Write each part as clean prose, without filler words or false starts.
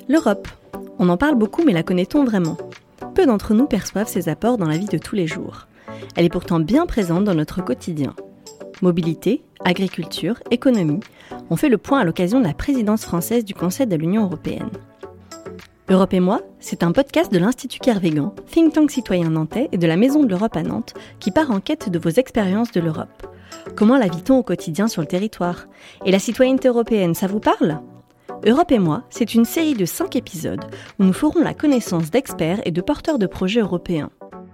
L'Europe. On en parle beaucoup, mais la connaît-on vraiment ? Peu d'entre nous perçoivent ses apports dans la vie de tous les jours. Elle est pourtant bien présente dans notre quotidien. Mobilité, agriculture, économie, on fait le point à l'occasion de la présidence française du Conseil de l'Union européenne. Europe et moi, c'est un podcast de l'Institut Kervégan, think tank citoyen nantais et de la Maison de l'Europe à Nantes, qui part en quête de vos expériences de l'Europe. Comment la vit-on au quotidien sur le territoire ? Et la citoyenneté européenne, ça vous parle ? Europe et moi, c'est une série de 5 épisodes où nous ferons la connaissance d'experts et de porteurs de projets européens.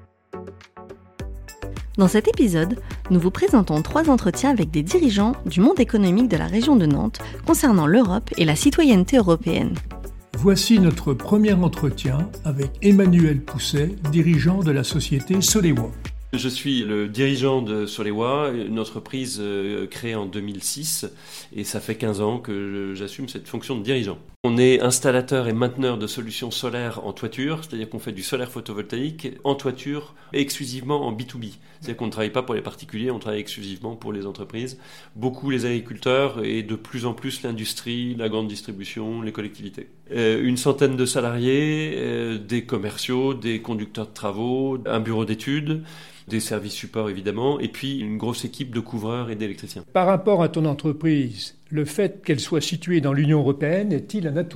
Dans cet épisode, nous vous présentons 3 entretiens avec des dirigeants du monde économique de la région de Nantes concernant l'Europe et la citoyenneté européenne. Voici notre premier entretien avec Emmanuel Pousset, dirigeant de la société Solewa. Je suis le dirigeant de Solewa, une entreprise créée en 2006 et ça fait 15 ans que j'assume cette fonction de dirigeant. On est installateur et mainteneur de solutions solaires en toiture, c'est-à-dire qu'on fait du solaire photovoltaïque en toiture exclusivement en B2B. C'est-à-dire qu'on ne travaille pas pour les particuliers, on travaille exclusivement pour les entreprises, beaucoup les agriculteurs et de plus en plus l'industrie, la grande distribution, les collectivités. Une centaine de salariés, des commerciaux, des conducteurs de travaux, un bureau d'études, des services supports évidemment, et puis une grosse équipe de couvreurs et d'électriciens. Par rapport à ton entreprise, le fait qu'elle soit située dans l'Union européenne est-il un atout ?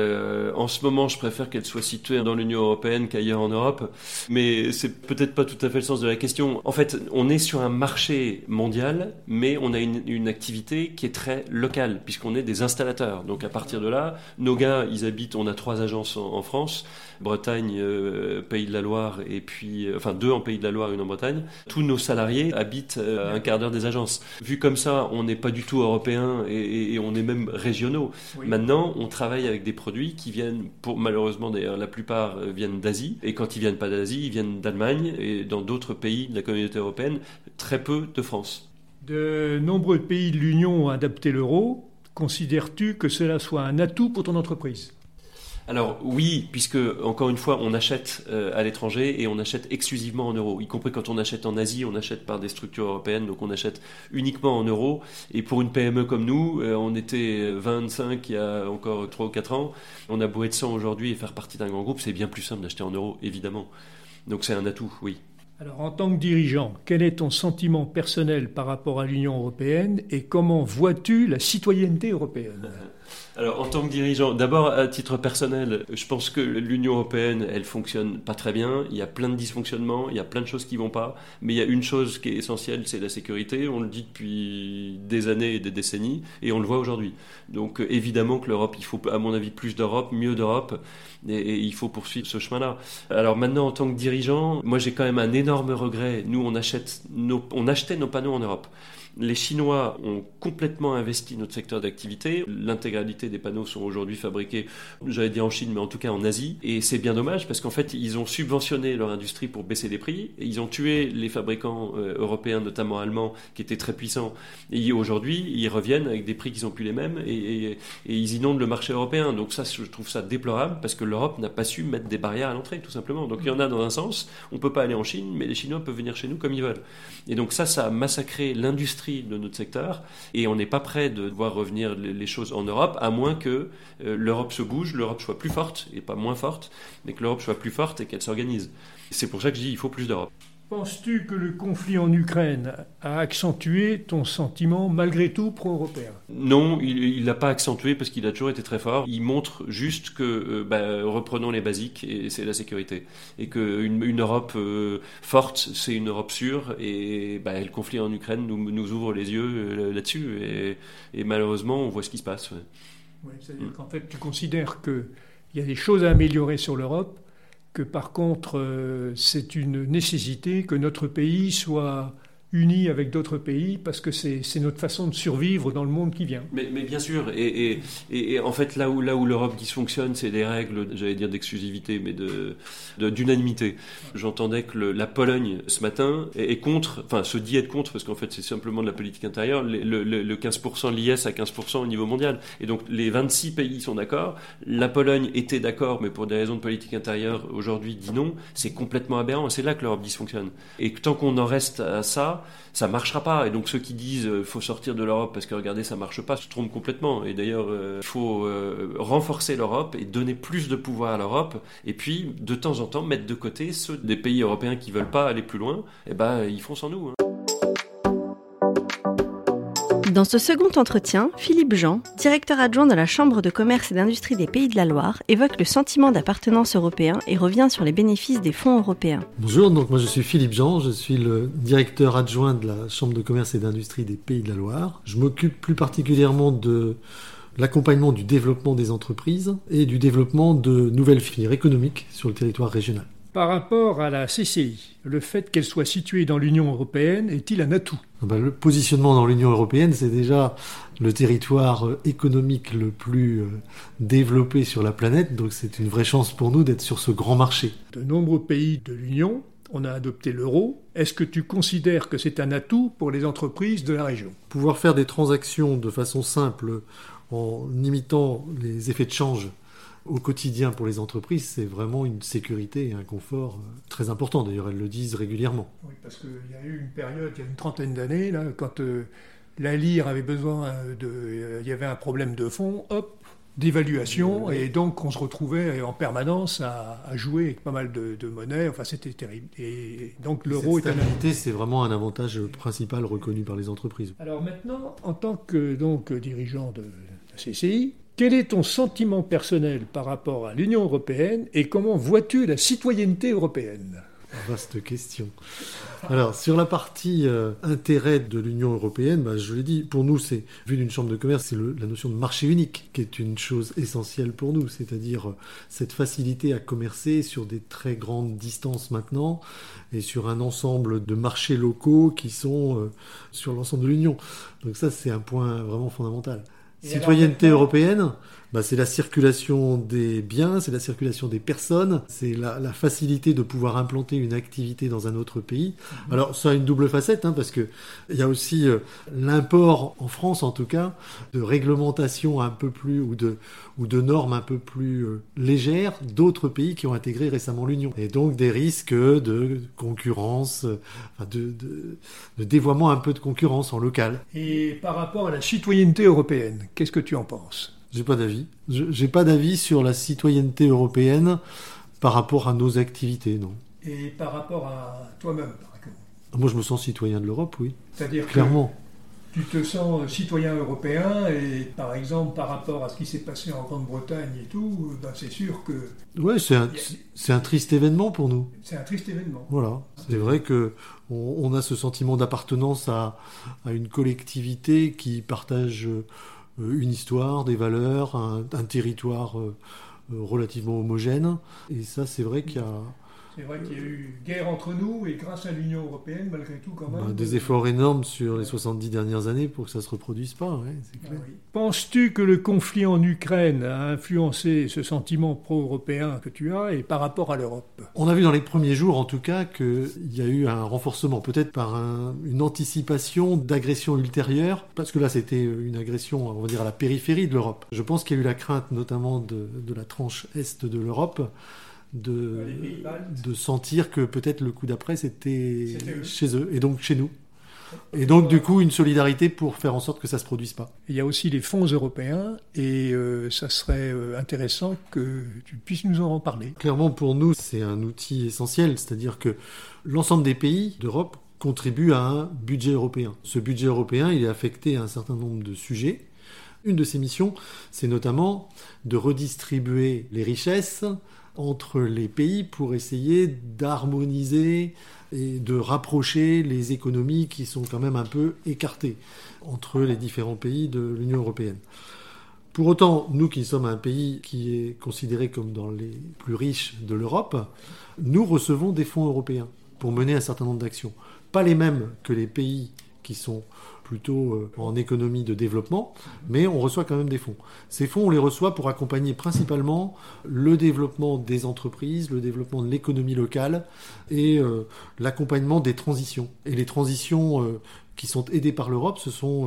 En ce moment, je préfère qu'elle soit située dans l'Union européenne qu'ailleurs en Europe, mais c'est peut-être pas tout à fait le sens de la question. En fait, on est sur un marché mondial, mais on a une activité qui est très locale, puisqu'on est des installateurs. Donc à partir de là, nos gars, ils habitent, on a 3 agences en France, Bretagne, Pays de la Loire, et puis, 2 en Pays de la Loire, 1 en Bretagne. Tous nos salariés habitent à un quart d'heure des agences. Vu comme ça, on n'est pas du tout européen et on est même régionaux. Oui. Maintenant, on travaille avec des produits qui viennent, malheureusement d'ailleurs, la plupart viennent d'Asie. Et quand ils viennent pas d'Asie, ils viennent d'Allemagne et dans d'autres pays de la communauté européenne, très peu de France. De nombreux pays de l'Union ont adapté l'euro. Considères-tu que cela soit un atout pour ton entreprise ? Alors oui, puisque encore une fois on achète à l'étranger et on achète exclusivement en euros, y compris quand on achète en Asie, on achète par des structures européennes, donc on achète uniquement en euros. Et pour une PME comme nous, on était 25 il y a encore 3 ou 4 ans, on a beau être 100 aujourd'hui et faire partie d'un grand groupe, c'est bien plus simple d'acheter en euros, évidemment. Donc c'est un atout, oui. Alors en tant que dirigeant, quel est ton sentiment personnel par rapport à l'Union européenne et comment vois-tu la citoyenneté européenne ? Alors, en tant que dirigeant, d'abord, à titre personnel, je pense que l'Union européenne, elle fonctionne pas très bien. Il y a plein de dysfonctionnements, il y a plein de choses qui vont pas. Mais il y a une chose qui est essentielle, c'est la sécurité. On le dit depuis des années et des décennies, et on le voit aujourd'hui. Donc, évidemment que l'Europe, il faut, à mon avis, plus d'Europe, mieux d'Europe, et il faut poursuivre ce chemin-là. Alors maintenant, en tant que dirigeant, moi, j'ai quand même un énorme regret. Nous, on achetait nos panneaux en Europe. Les Chinois ont complètement investi notre secteur d'activité. L'intégralité des panneaux sont aujourd'hui fabriqués, j'allais dire en Chine, mais en tout cas en Asie. Et c'est bien dommage parce qu'en fait, ils ont subventionné leur industrie pour baisser les prix. Et ils ont tué les fabricants européens, notamment allemands, qui étaient très puissants. Et aujourd'hui, ils reviennent avec des prix qui sont plus les mêmes et ils inondent le marché européen. Donc ça, je trouve ça déplorable parce que l'Europe n'a pas su mettre des barrières à l'entrée, tout simplement. Donc il y en a dans un sens. On peut pas aller en Chine, mais les Chinois peuvent venir chez nous comme ils veulent. Et donc ça a massacré l'industrie de notre secteur et on n'est pas prêt de voir revenir les choses en Europe à moins que l'Europe se bouge, l'Europe soit plus forte et pas moins forte, mais que l'Europe soit plus forte et qu'elle s'organise. C'est pour ça que je dis il faut plus d'Europe. Penses-tu que le conflit en Ukraine a accentué ton sentiment malgré tout pro-européen ? Non, il l'a pas accentué parce qu'il a toujours été très fort. Il montre juste que reprenons les basiques et c'est la sécurité. Et qu'une Europe forte, c'est une Europe sûre et le conflit en Ukraine nous ouvre les yeux là-dessus et malheureusement on voit ce qui se passe. Ouais. Oui, c'est-à-dire qu'en fait tu considères qu'il y a des choses à améliorer sur l'Europe, que par contre, c'est une nécessité que notre pays soit unis avec d'autres pays parce que c'est notre façon de survivre dans le monde qui vient. Mais bien sûr, et en fait là où l'Europe dysfonctionne, c'est des règles, j'allais dire d'exclusivité, mais d'unanimité. J'entendais que la Pologne ce matin est contre, enfin se dit être contre, parce qu'en fait c'est simplement de la politique intérieure, le 15% de l'IS à 15% au niveau mondial. Et donc les 26 pays sont d'accord, la Pologne était d'accord, mais pour des raisons de politique intérieure, aujourd'hui dit non, c'est complètement aberrant, et c'est là que l'Europe dysfonctionne. Et tant qu'on en reste à ça, ça marchera pas. Et donc ceux qui disent faut sortir de l'Europe parce que regardez ça marche pas, se trompent complètement. Et d'ailleurs il faut renforcer l'Europe et donner plus de pouvoir à l'Europe. Et puis de temps en temps mettre de côté ceux des pays européens qui veulent pas aller plus loin. Et ils font sans nous. Dans ce second entretien, Philippe Jean, directeur adjoint de la Chambre de commerce et d'industrie des Pays de la Loire, évoque le sentiment d'appartenance européen et revient sur les bénéfices des fonds européens. Bonjour, donc moi je suis Philippe Jean, je suis le directeur adjoint de la Chambre de commerce et d'industrie des Pays de la Loire. Je m'occupe plus particulièrement de l'accompagnement du développement des entreprises et du développement de nouvelles filières économiques sur le territoire régional. Par rapport à la CCI, le fait qu'elle soit située dans l'Union européenne est-il un atout ? Le positionnement dans l'Union européenne, c'est déjà le territoire économique le plus développé sur la planète, donc c'est une vraie chance pour nous d'être sur ce grand marché. De nombreux pays de l'Union, on a adopté l'euro. Est-ce que tu considères que c'est un atout pour les entreprises de la région ? Pouvoir faire des transactions de façon simple en imitant les effets de change au quotidien pour les entreprises, c'est vraiment une sécurité et un confort très important. D'ailleurs, elles le disent régulièrement. Oui, parce qu'il y a eu une période, il y a une trentaine d'années, là, quand la lire avait besoin il y avait un problème de fonds, d'évaluation, et donc on se retrouvait en permanence à jouer avec pas mal de monnaie. Enfin, c'était terrible. Et donc l'euro cette stabilité, c'est vraiment un avantage principal reconnu par les entreprises. Alors maintenant, en tant que dirigeant de la CCI, quel est ton sentiment personnel par rapport à l'Union européenne et comment vois-tu la citoyenneté européenne ? Vaste question. Alors, sur la partie intérêt de l'Union européenne, je l'ai dit, pour nous, c'est, vu d'une chambre de commerce, c'est la notion de marché unique qui est une chose essentielle pour nous, c'est-à-dire cette facilité à commercer sur des très grandes distances maintenant et sur un ensemble de marchés locaux qui sont sur l'ensemble de l'Union. Donc ça, c'est un point vraiment fondamental. Citoyenneté européenne, c'est la circulation des biens, c'est la circulation des personnes, c'est la facilité de pouvoir implanter une activité dans un autre pays. Alors ça a une double facette, parce que il y a aussi l'import, en France en tout cas, de réglementations un peu plus ou de normes un peu plus légères d'autres pays qui ont intégré récemment l'Union. Et donc des risques de concurrence, de dévoiement un peu de concurrence en local. Et par rapport à la citoyenneté européenne, qu'est-ce que tu en penses ? J'ai pas d'avis. J'ai pas d'avis sur la citoyenneté européenne par rapport à nos activités, non. Et par rapport à toi-même, par exemple ? Moi, je me sens citoyen de l'Europe, oui. C'est-à-dire clairement. Que tu te sens citoyen européen et, par exemple, par rapport à ce qui s'est passé en Grande-Bretagne et tout, c'est sûr que... Ouais, c'est un triste événement pour nous. C'est un triste événement. Voilà. C'est vrai que on a ce sentiment d'appartenance à une collectivité qui partage une histoire, des valeurs, un territoire relativement homogène. Et ça, c'est vrai qu'il y a... C'est vrai qu'il y a eu guerre entre nous et grâce à l'Union européenne, malgré tout, quand même... des efforts énormes sur les 70 dernières années pour que ça ne se reproduise pas, c'est clair. Oui. Penses-tu que le conflit en Ukraine a influencé ce sentiment pro-européen que tu as et par rapport à l'Europe ? On a vu dans les premiers jours, en tout cas, qu'il y a eu un renforcement, peut-être par une anticipation d'agression ultérieure, parce que là, c'était une agression, on va dire, à la périphérie de l'Europe. Je pense qu'il y a eu la crainte, notamment de la tranche est de l'Europe, de sentir que peut-être le coup d'après c'était chez eux et donc chez nous. Et donc du coup une solidarité pour faire en sorte que ça se produise pas. Il y a aussi les fonds européens et ça serait intéressant que tu puisses nous en parler. Clairement pour nous c'est un outil essentiel, c'est-à-dire que l'ensemble des pays d'Europe contribuent à un budget européen. Ce budget européen il est affecté à un certain nombre de sujets. Une de ses missions c'est notamment de redistribuer les richesses entre les pays pour essayer d'harmoniser et de rapprocher les économies qui sont quand même un peu écartées entre les différents pays de l'Union européenne. Pour autant, nous qui sommes un pays qui est considéré comme dans les plus riches de l'Europe, nous recevons des fonds européens pour mener un certain nombre d'actions. Pas les mêmes que les pays qui sont plutôt en économie de développement, mais on reçoit quand même des fonds. Ces fonds, on les reçoit pour accompagner principalement le développement des entreprises, le développement de l'économie locale et l'accompagnement des transitions. Et les transitions qui sont aidées par l'Europe, ce sont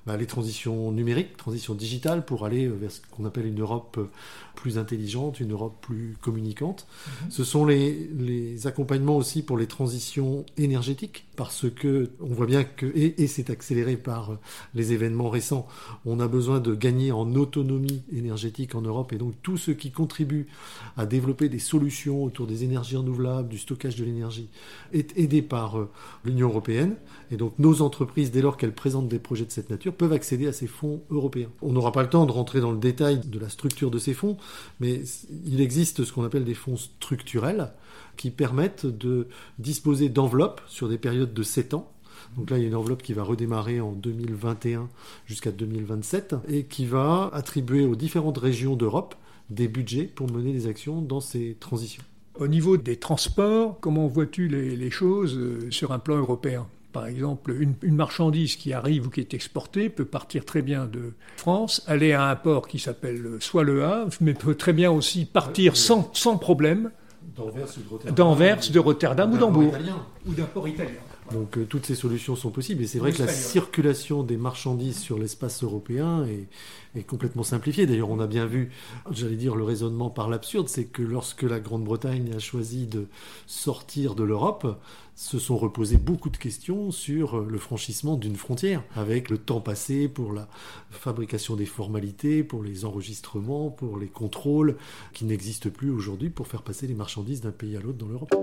les transitions numériques, transitions digitales, pour aller vers ce qu'on appelle une Europe plus intelligente, une Europe plus communicante. Ce sont les accompagnements aussi pour les transitions énergétiques, parce que on voit bien que, et c'est accéléré par les événements récents, on a besoin de gagner en autonomie énergétique en Europe, et donc tout ce qui contribue à développer des solutions autour des énergies renouvelables, du stockage de l'énergie, est aidé par l'Union européenne. Et donc nos entreprises, dès lors qu'elles présentent des projets de cette nature, peuvent accéder à ces fonds européens. On n'aura pas le temps de rentrer dans le détail de la structure de ces fonds, mais il existe ce qu'on appelle des fonds structurels qui permettent de disposer d'enveloppes sur des périodes de 7 ans. Donc là, il y a une enveloppe qui va redémarrer en 2021 jusqu'à 2027 et qui va attribuer aux différentes régions d'Europe des budgets pour mener des actions dans ces transitions. Au niveau des transports, comment vois-tu les choses sur un plan européen ? Par exemple, une marchandise qui arrive ou qui est exportée peut partir très bien de France, aller à un port qui s'appelle soit Le Havre, mais peut très bien aussi partir sans problème d'Anvers, de Rotterdam ou d'Hambourg, ou d'un port italien. Donc toutes ces solutions sont possibles, et c'est vrai que la circulation des marchandises sur l'espace européen est complètement simplifiée. D'ailleurs, on a bien vu, le raisonnement par l'absurde, c'est que lorsque la Grande-Bretagne a choisi de sortir de l'Europe, se sont reposées beaucoup de questions sur le franchissement d'une frontière, avec le temps passé pour la fabrication des formalités, pour les enregistrements, pour les contrôles, qui n'existent plus aujourd'hui pour faire passer les marchandises d'un pays à l'autre dans l'Europe.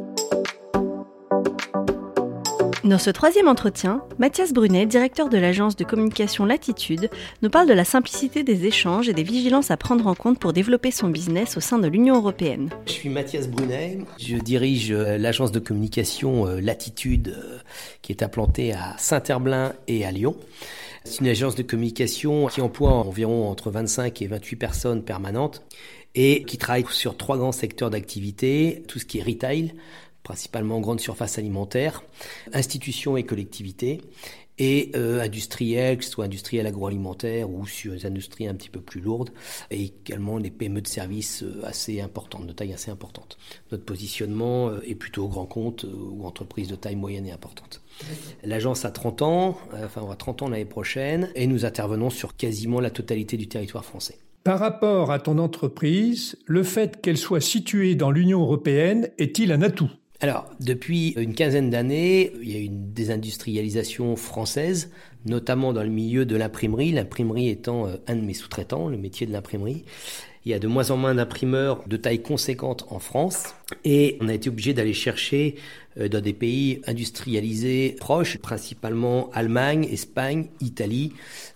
Dans ce troisième entretien, Mathias Brunet, directeur de l'agence de communication Latitude, nous parle de la simplicité des échanges et des vigilances à prendre en compte pour développer son business au sein de l'Union européenne. Je suis Mathias Brunet, je dirige l'agence de communication Latitude qui est implantée à Saint-Herblain et à Lyon. C'est une agence de communication qui emploie environ entre 25 et 28 personnes permanentes et qui travaille sur 3 grands secteurs d'activité, tout ce qui est retail, principalement grande surface alimentaire, institutions et collectivités, et industriels, que ce soit industriels agroalimentaires ou sur les industries un petit peu plus lourdes, et également les PME de services assez importantes, de taille assez importante. Notre positionnement est plutôt grand compte ou entreprise de taille moyenne et importante. L'agence a 30 ans, on aura 30 ans l'année prochaine, et nous intervenons sur quasiment la totalité du territoire français. Par rapport à ton entreprise, le fait qu'elle soit située dans l'Union européenne est-il un atout ? Alors, depuis une quinzaine d'années, il y a une désindustrialisation française, notamment dans le milieu de l'imprimerie, l'imprimerie étant un de mes sous-traitants, le métier de l'imprimerie. Il y a de moins en moins d'imprimeurs de taille conséquente en France et on a été obligé d'aller chercher dans des pays industrialisés proches, principalement Allemagne, Espagne, Italie,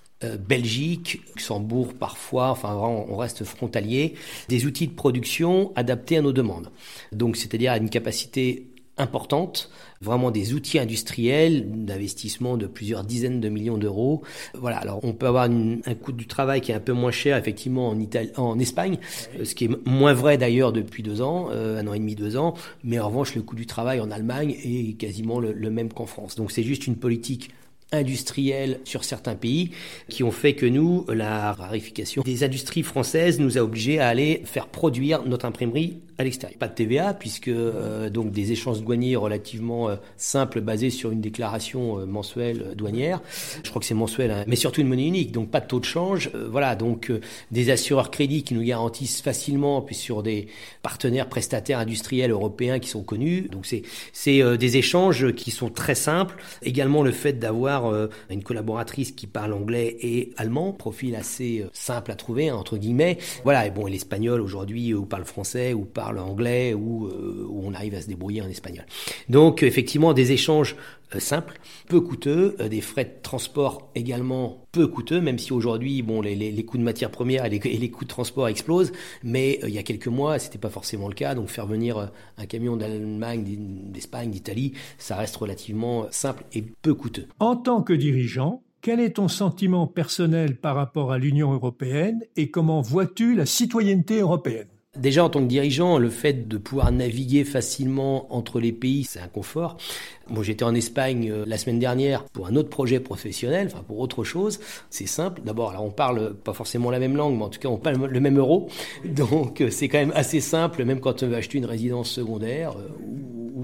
Belgique, Luxembourg parfois, on reste frontalier, des outils de production adaptés à nos demandes. Donc c'est-à-dire à une capacité importante, vraiment des outils industriels d'investissement de plusieurs dizaines de millions d'euros. Voilà, alors on peut avoir un coût du travail qui est un peu moins cher effectivement en Espagne, ce qui est moins vrai d'ailleurs depuis 2 ans, 1 an et demi, 2 ans, mais en revanche le coût du travail en Allemagne est quasiment le même qu'en France. Donc c'est juste une politique industriels sur certains pays qui ont fait que nous, la raréfication des industries françaises nous a obligés à aller faire produire notre imprimerie à l'extérieur. Pas de TVA puisque donc des échanges douaniers relativement simples basés sur une déclaration mensuelle douanière. Je crois que c'est mensuel, hein, mais surtout une monnaie unique, donc pas de taux de change. Donc des assureurs crédits qui nous garantissent facilement, puis sur des partenaires prestataires industriels européens qui sont connus. Donc c'est des échanges qui sont très simples. Également le fait d'avoir une collaboratrice qui parle anglais et allemand, profil assez simple à trouver, hein, entre guillemets. Voilà, et bon, et l'espagnol aujourd'hui, ou parle français, ou parle anglais, ou on arrive à se débrouiller en espagnol. Donc, effectivement, des échanges simples, peu coûteux, des frais de transport également peu coûteux, même si aujourd'hui, bon, les coûts de matières premières et les coûts de transport explosent, mais il y a quelques mois, c'était pas forcément le cas. Donc, faire venir un camion d'Allemagne, d'Espagne, d'Italie, ça reste relativement simple et peu coûteux. En tant que dirigeant, quel est ton sentiment personnel par rapport à l'Union européenne et comment vois-tu la citoyenneté européenne ? Déjà, en tant que dirigeant, le fait de pouvoir naviguer facilement entre les pays, c'est un confort. Moi, j'étais en Espagne la semaine dernière pour un autre projet professionnel, pour autre chose. C'est simple. D'abord, alors on parle pas forcément la même langue, mais en tout cas, on parle le même euro. Donc, c'est quand même assez simple, même quand on veut acheter une résidence secondaire ou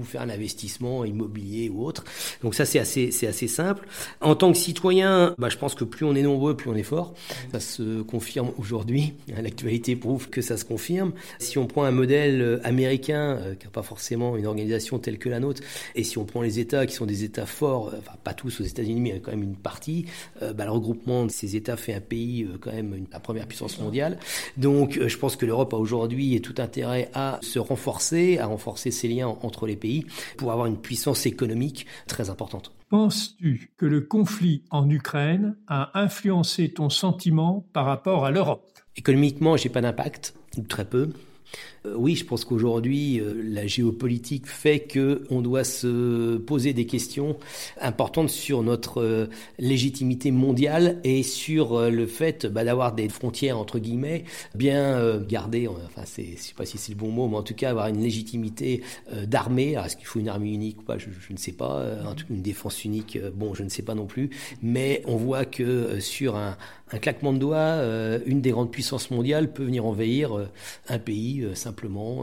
faire un investissement immobilier ou autre. Donc ça, c'est assez simple. En tant que citoyen, je pense que plus on est nombreux, plus on est fort. Ça se confirme aujourd'hui. L'actualité prouve que ça se confirme. Si on prend un modèle américain, qui n'a pas forcément une organisation telle que la nôtre, et si on prend les États qui sont des États forts, pas tous aux États-Unis, mais quand même une partie, le regroupement de ces États fait un pays quand même la première puissance mondiale. Donc je pense que l'Europe a aujourd'hui tout intérêt à se renforcer, à renforcer ses liens entre les pays pour avoir une puissance économique très importante. Penses-tu que le conflit en Ukraine a influencé ton sentiment par rapport à l'Europe ? Économiquement, j'ai pas d'impact, ou très peu. Oui, je pense qu'aujourd'hui, la géopolitique fait qu'on doit se poser des questions importantes sur notre légitimité mondiale et sur le fait d'avoir des frontières, entre guillemets, bien gardées. Je ne sais pas si c'est le bon mot, mais en tout cas, avoir une légitimité d'armée. Alors, est-ce qu'il faut une armée unique ou pas ? Je ne sais pas. Une défense unique, je ne sais pas non plus. Mais on voit que sur un claquement de doigts, une des grandes puissances mondiales peut venir envahir un pays simplement,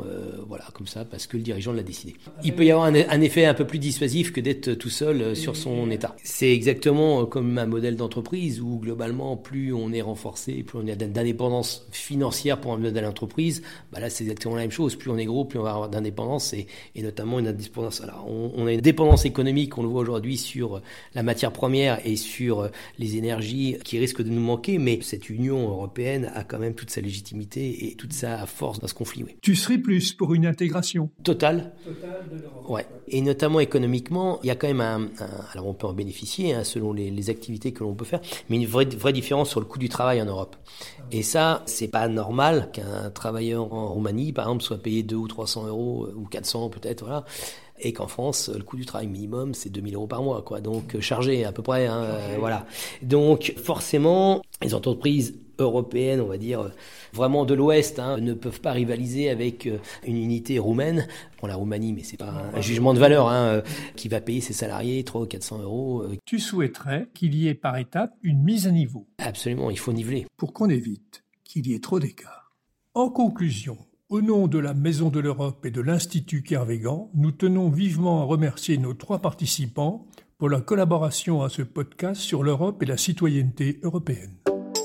comme ça, parce que le dirigeant l'a décidé. Il peut y avoir un effet un peu plus dissuasif que d'être tout seul sur son État. C'est exactement comme un modèle d'entreprise où, globalement, plus on est renforcé, plus on a d'indépendance financière pour un modèle d'entreprise, là, c'est exactement la même chose. Plus on est gros, plus on va avoir d'indépendance et notamment une indépendance. Alors, on a une dépendance économique, on le voit aujourd'hui, sur la matière première et sur les énergies qui risquent de nous manquer, mais cette Union européenne a quand même toute sa légitimité et toute sa force dans ce conflit. Oui. Tu serais plus pour une intégration totale de l'Europe. Ouais. Et notamment économiquement, il y a quand même alors on peut en bénéficier selon les activités que l'on peut faire, mais une vraie différence sur le coût du travail en Europe. Et ça, c'est pas normal qu'un travailleur en Roumanie, par exemple, soit payé 200 ou 300 euros ou 400 peut-être, voilà. Et qu'en France, le coût du travail minimum, c'est 2 000 euros par mois, quoi. Donc, chargé à peu près, voilà. Donc, forcément, les entreprises européennes, on va dire, vraiment de l'Ouest, ne peuvent pas rivaliser avec une unité roumaine. Pour la Roumanie, mais c'est pas un jugement de valeur, qui va payer ses salariés 300 ou 400 euros. Tu souhaiterais qu'il y ait par étapes une mise à niveau ? Absolument, il faut niveler. Pour qu'on évite qu'il y ait trop d'écart. En conclusion, au nom de la Maison de l'Europe et de l'Institut Kervégan, nous tenons vivement à remercier nos 3 participants pour la collaboration à ce podcast sur l'Europe et la citoyenneté européenne.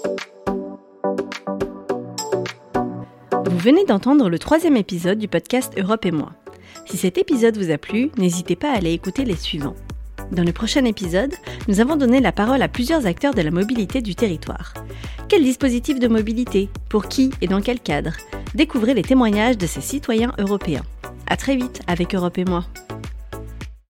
Vous venez d'entendre le 3e épisode du podcast Europe et moi. Si cet épisode vous a plu, n'hésitez pas à aller écouter les suivants. Dans le prochain épisode, nous avons donné la parole à plusieurs acteurs de la mobilité du territoire. Quel dispositif de mobilité ? Pour qui et dans quel cadre ? Découvrez les témoignages de ces citoyens européens. À très vite avec Europe et moi.